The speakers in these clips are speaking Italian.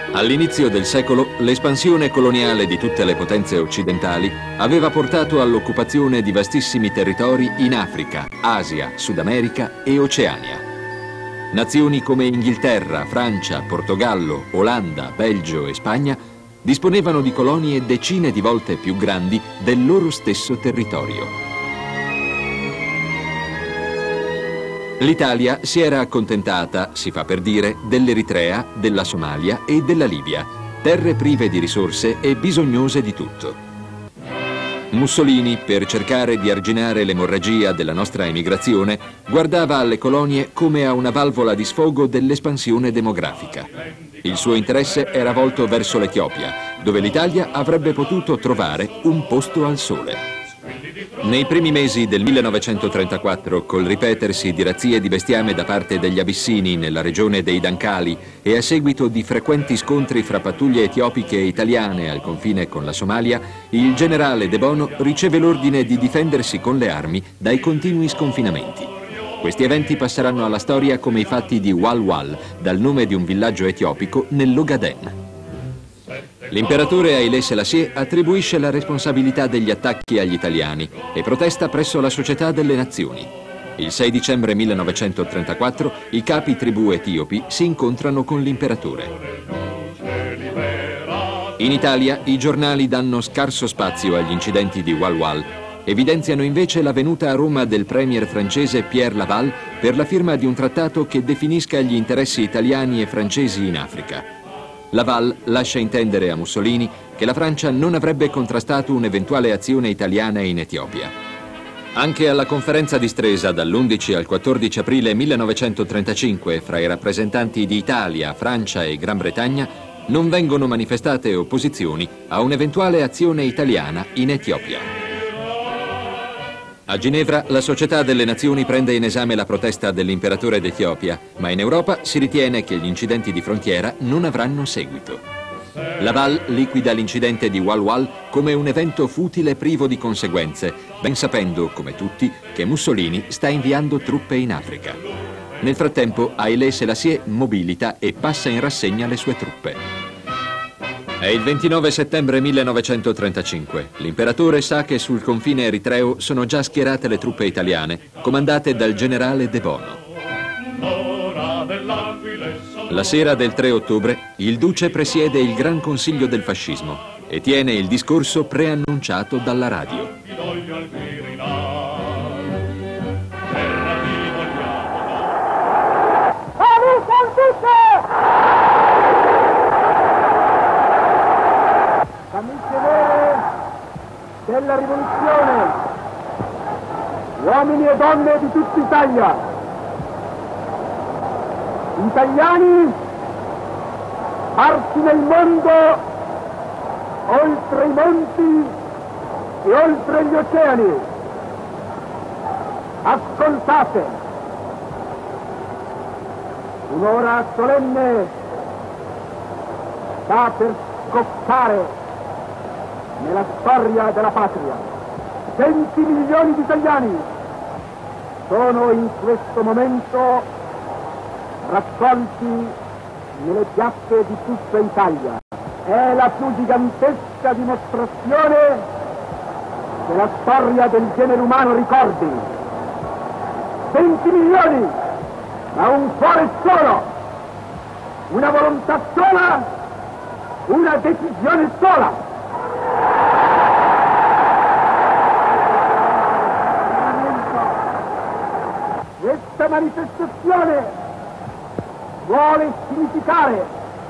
All'inizio del secolo, l'espansione coloniale di tutte le potenze occidentali aveva portato all'occupazione di vastissimi territori in Africa, Asia, Sud America e Oceania. Nazioni come Inghilterra, Francia, Portogallo, Olanda, Belgio e Spagna disponevano di colonie decine di volte più grandi del loro stesso territorio. L'Italia si era accontentata, si fa per dire, dell'Eritrea, della Somalia e della Libia, terre prive di risorse e bisognose di tutto. Mussolini, per cercare di arginare l'emorragia della nostra emigrazione, guardava alle colonie come a una valvola di sfogo dell'espansione demografica. Il suo interesse era volto verso l'Etiopia, dove l'Italia avrebbe potuto trovare un posto al sole. Nei primi mesi del 1934, col ripetersi di razzie di bestiame da parte degli abissini nella regione dei Dankali e a seguito di frequenti scontri fra pattuglie etiopiche e italiane al confine con la Somalia, il generale De Bono riceve l'ordine di difendersi con le armi dai continui sconfinamenti. Questi eventi passeranno alla storia come i fatti di Wal Wal, dal nome di un villaggio etiopico nell'Ogaden. L'imperatore Hailé Sélassié attribuisce la responsabilità degli attacchi agli italiani e protesta presso la Società delle Nazioni. Il 6 dicembre 1934 i capi tribù etiopi si incontrano con l'imperatore. In Italia i giornali danno scarso spazio agli incidenti di Wal Wal, evidenziano invece la venuta a Roma del premier francese Pierre Laval per la firma di un trattato che definisca gli interessi italiani e francesi in Africa. Laval lascia intendere a Mussolini che la Francia non avrebbe contrastato un'eventuale azione italiana in Etiopia. Anche alla conferenza di Stresa dall'11 al 14 aprile 1935 fra i rappresentanti di Italia, Francia e Gran Bretagna non vengono manifestate opposizioni a un'eventuale azione italiana in Etiopia. A Ginevra la Società delle Nazioni prende in esame la protesta dell'imperatore d'Etiopia, ma in Europa si ritiene che gli incidenti di frontiera non avranno seguito. Laval liquida l'incidente di Wal Wal come un evento futile privo di conseguenze, ben sapendo, come tutti, che Mussolini sta inviando truppe in Africa. Nel frattempo Hailé Sélassié mobilita e passa in rassegna le sue truppe. È il 29 settembre 1935. L'imperatore sa che sul confine eritreo sono già schierate le truppe italiane, comandate dal generale De Bono. La sera del 3 ottobre, il duce presiede il Gran Consiglio del Fascismo e tiene il discorso preannunciato dalla radio. Della rivoluzione, uomini e donne di tutta Italia, italiani sparsi nel mondo, oltre i monti e oltre gli oceani, ascoltate, un'ora solenne sta per scoccare nella storia della patria. 20 milioni di italiani sono in questo momento raccolti nelle piazze di tutta Italia. È la più gigantesca dimostrazione che la storia del genere umano ricordi. 20 milioni, ma un cuore solo, una volontà sola, una decisione sola. Questa manifestazione vuole significare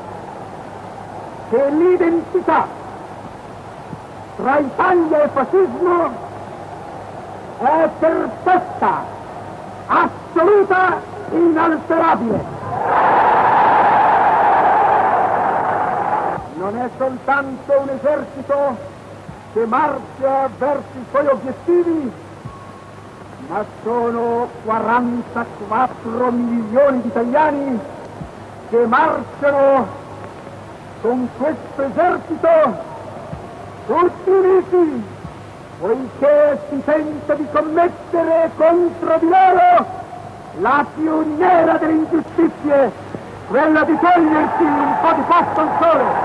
che l'identità tra Italia e fascismo è perfetta, assoluta, inalterabile. Non è soltanto un esercito che marcia verso i suoi obiettivi, ma sono 44 milioni di italiani che marciano con questo esercito tutti uniti, poiché si tenta di commettere contro di loro la più nera delle ingiustizie, quella di togliersi un po' di posto al sole.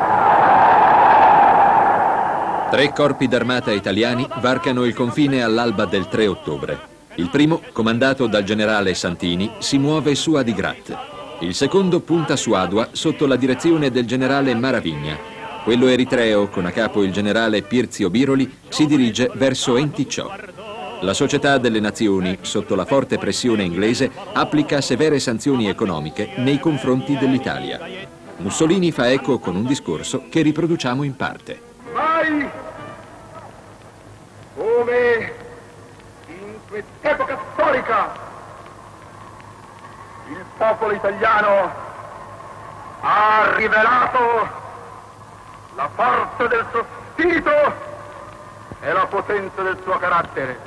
3 corpi d'armata italiani varcano il confine all'alba del 3 ottobre. Il primo, comandato dal generale Santini, si muove su Adigrat. Il secondo punta su Adua sotto la direzione del generale Maravigna. Quello eritreo, con a capo il generale Pirzio Biroli, si dirige verso Enticciò. La Società delle Nazioni, sotto la forte pressione inglese, applica severe sanzioni economiche nei confronti dell'Italia. Mussolini fa eco con un discorso che riproduciamo in parte. Mai come in quest'epoca storica il popolo italiano ha rivelato la forza del suo spirito e la potenza del suo carattere.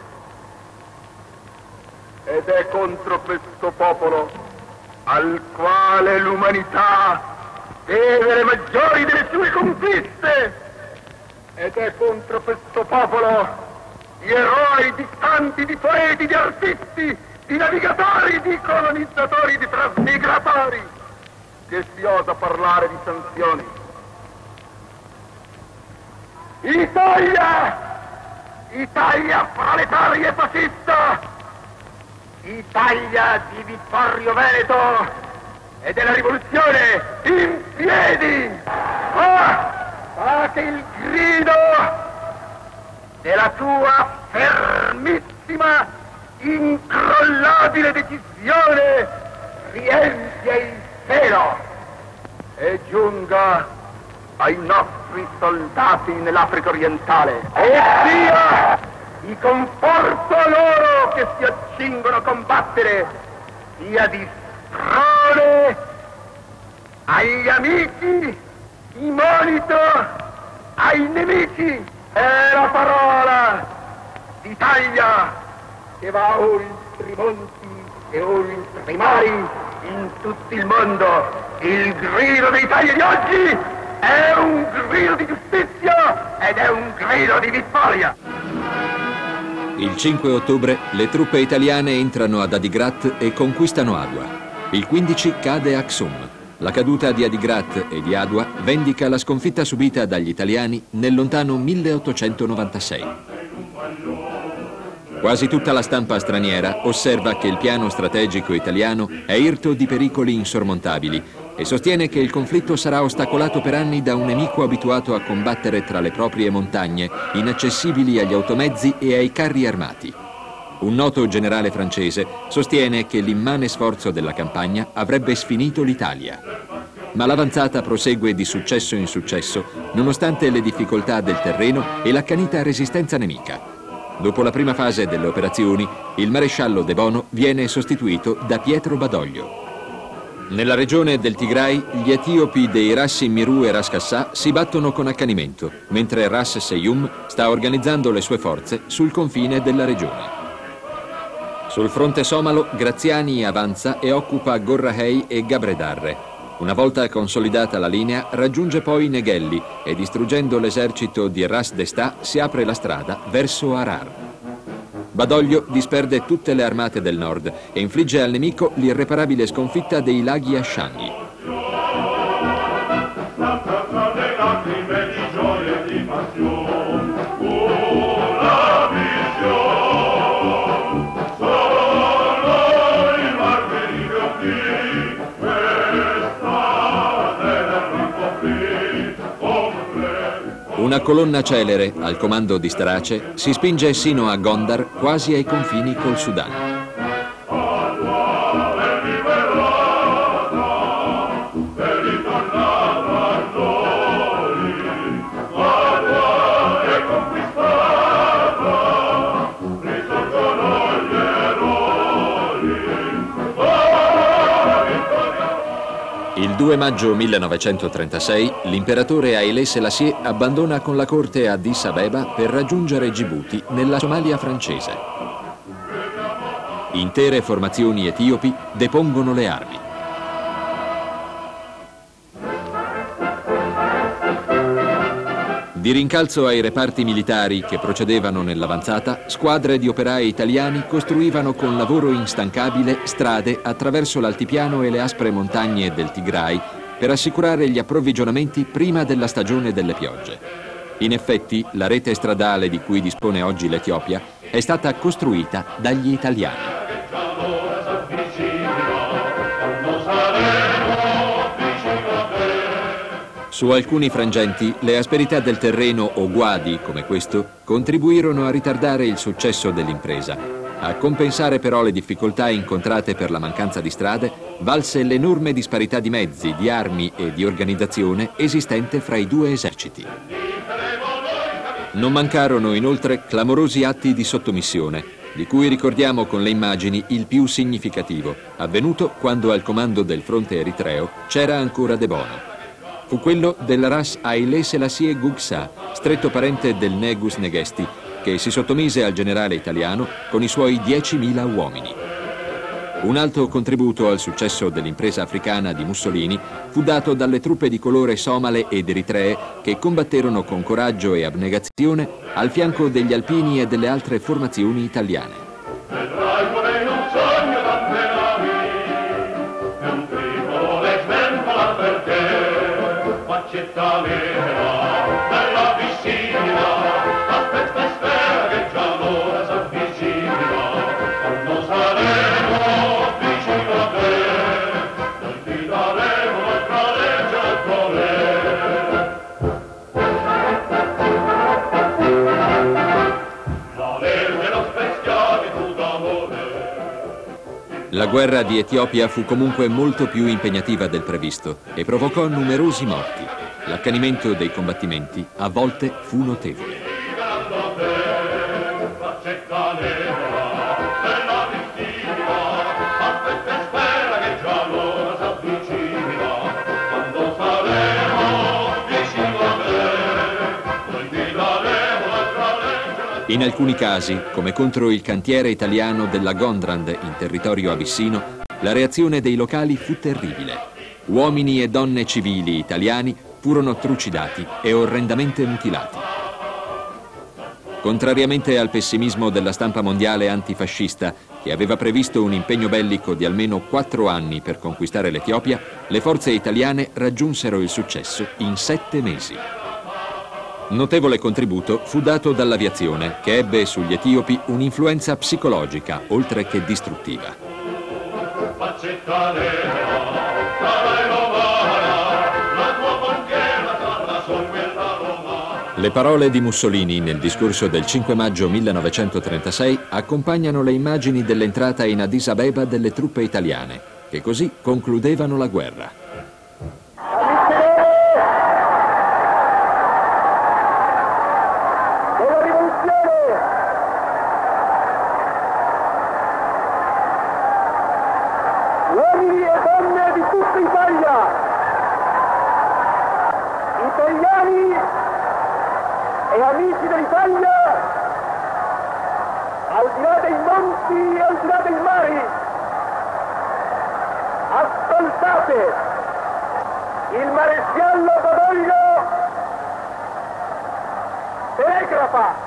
Ed è contro questo popolo al quale l'umanità deve le maggiori delle sue conquiste. Ed è contro questo popolo di eroi, di santi, di poeti, di artisti, di navigatori, di colonizzatori, di trasmigratori, che si osa parlare di sanzioni. Italia! Italia proletaria e fascista! Italia di Vittorio Veneto e della rivoluzione in piedi! Fate il grido della tua fermissima, incrollabile decisione riempia il cielo e giunga ai nostri soldati nell'Africa orientale e sia di conforto a loro che si accingono a combattere, sia di sprone agli amici, di monito ai nemici. È la parola d'Italia che va oltre i monti e oltre i mari in tutto il mondo. Il grido d'Italia di oggi è un grido di giustizia ed è un grido di vittoria. Il 5 ottobre le truppe italiane entrano ad Adigrat e conquistano Adua. Il 15 cade Aksum. La caduta di Adigrat e di Adua vendica la sconfitta subita dagli italiani nel lontano 1896. Quasi tutta la stampa straniera osserva che il piano strategico italiano è irto di pericoli insormontabili e sostiene che il conflitto sarà ostacolato per anni da un nemico abituato a combattere tra le proprie montagne, inaccessibili agli automezzi e ai carri armati. Un noto generale francese sostiene che l'immane sforzo della campagna avrebbe sfinito l'Italia. Ma l'avanzata prosegue di successo in successo, nonostante le difficoltà del terreno e l'accanita resistenza nemica. Dopo la prima fase delle operazioni, il maresciallo De Bono viene sostituito da Pietro Badoglio. Nella regione del Tigray, gli etiopi dei Ras Immiru e Ras Kassah si battono con accanimento, mentre Ras Seyum sta organizzando le sue forze sul confine della regione. Sul fronte somalo, Graziani avanza e occupa Gorrahei e Gabredarre. Una volta consolidata la linea, raggiunge poi Neghelli e, distruggendo l'esercito di Ras Destà, si apre la strada verso Harar. Badoglio disperde tutte le armate del nord e infligge al nemico l'irreparabile sconfitta dei laghi Asciani. Una colonna celere, al comando di Starace, si spinge sino a Gondar, quasi ai confini col Sudan. Il 2 maggio 1936 l'imperatore Haile Selassie abbandona con la corte Addis Abeba per raggiungere Gibuti nella Somalia francese. Intere formazioni etiopi depongono le armi. Di rincalzo ai reparti militari che procedevano nell'avanzata, squadre di operai italiani costruivano con lavoro instancabile strade attraverso l'altipiano e le aspre montagne del Tigray per assicurare gli approvvigionamenti prima della stagione delle piogge. In effetti, la rete stradale di cui dispone oggi l'Etiopia è stata costruita dagli italiani. Su alcuni frangenti le asperità del terreno o guadi, come questo, contribuirono a ritardare il successo dell'impresa. A compensare però le difficoltà incontrate per la mancanza di strade, valse l'enorme disparità di mezzi, di armi e di organizzazione esistente fra i due eserciti. Non mancarono inoltre clamorosi atti di sottomissione, di cui ricordiamo con le immagini il più significativo, avvenuto quando al comando del fronte eritreo c'era ancora De Bono. Fu quello del Ras Haile Selassie Gugsa, stretto parente del Negus Negesti, che si sottomise al generale italiano con i suoi 10.000 uomini. Un alto contributo al successo dell'impresa africana di Mussolini fu dato dalle truppe di colore somale ed eritree che combatterono con coraggio e abnegazione al fianco degli alpini e delle altre formazioni italiane. La guerra di Etiopia fu comunque molto più impegnativa del previsto e provocò numerosi morti. L'accanimento dei combattimenti a volte fu notevole. In alcuni casi, come contro il cantiere italiano della Gondrand in territorio abissino, la reazione dei locali fu terribile. Uomini e donne civili italiani furono trucidati e orrendamente mutilati. Contrariamente al pessimismo della stampa mondiale antifascista, che aveva previsto un impegno bellico di almeno 4 anni per conquistare l'Etiopia, le forze italiane raggiunsero il successo in 7 mesi. Notevole contributo fu dato dall'aviazione, che ebbe sugli etiopi un'influenza psicologica, oltre che distruttiva. Le parole di Mussolini nel discorso del 5 maggio 1936 accompagnano le immagini dell'entrata in Addis Abeba delle truppe italiane, che così concludevano la guerra. Uomini e donne di tutta Italia, italiani e amici dell'Italia, al di là dei monti e al di là dei mari, ascoltate il maresciallo Badoglio telegrafa.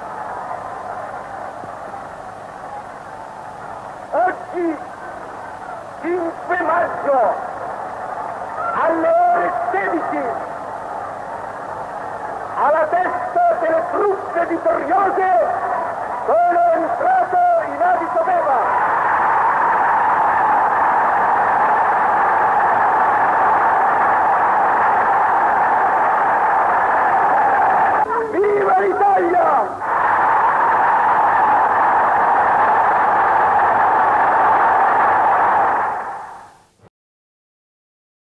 Oggi 5 maggio alle ore 16 alla testa delle truppe vittoriose sono entrato in Addis Abeba.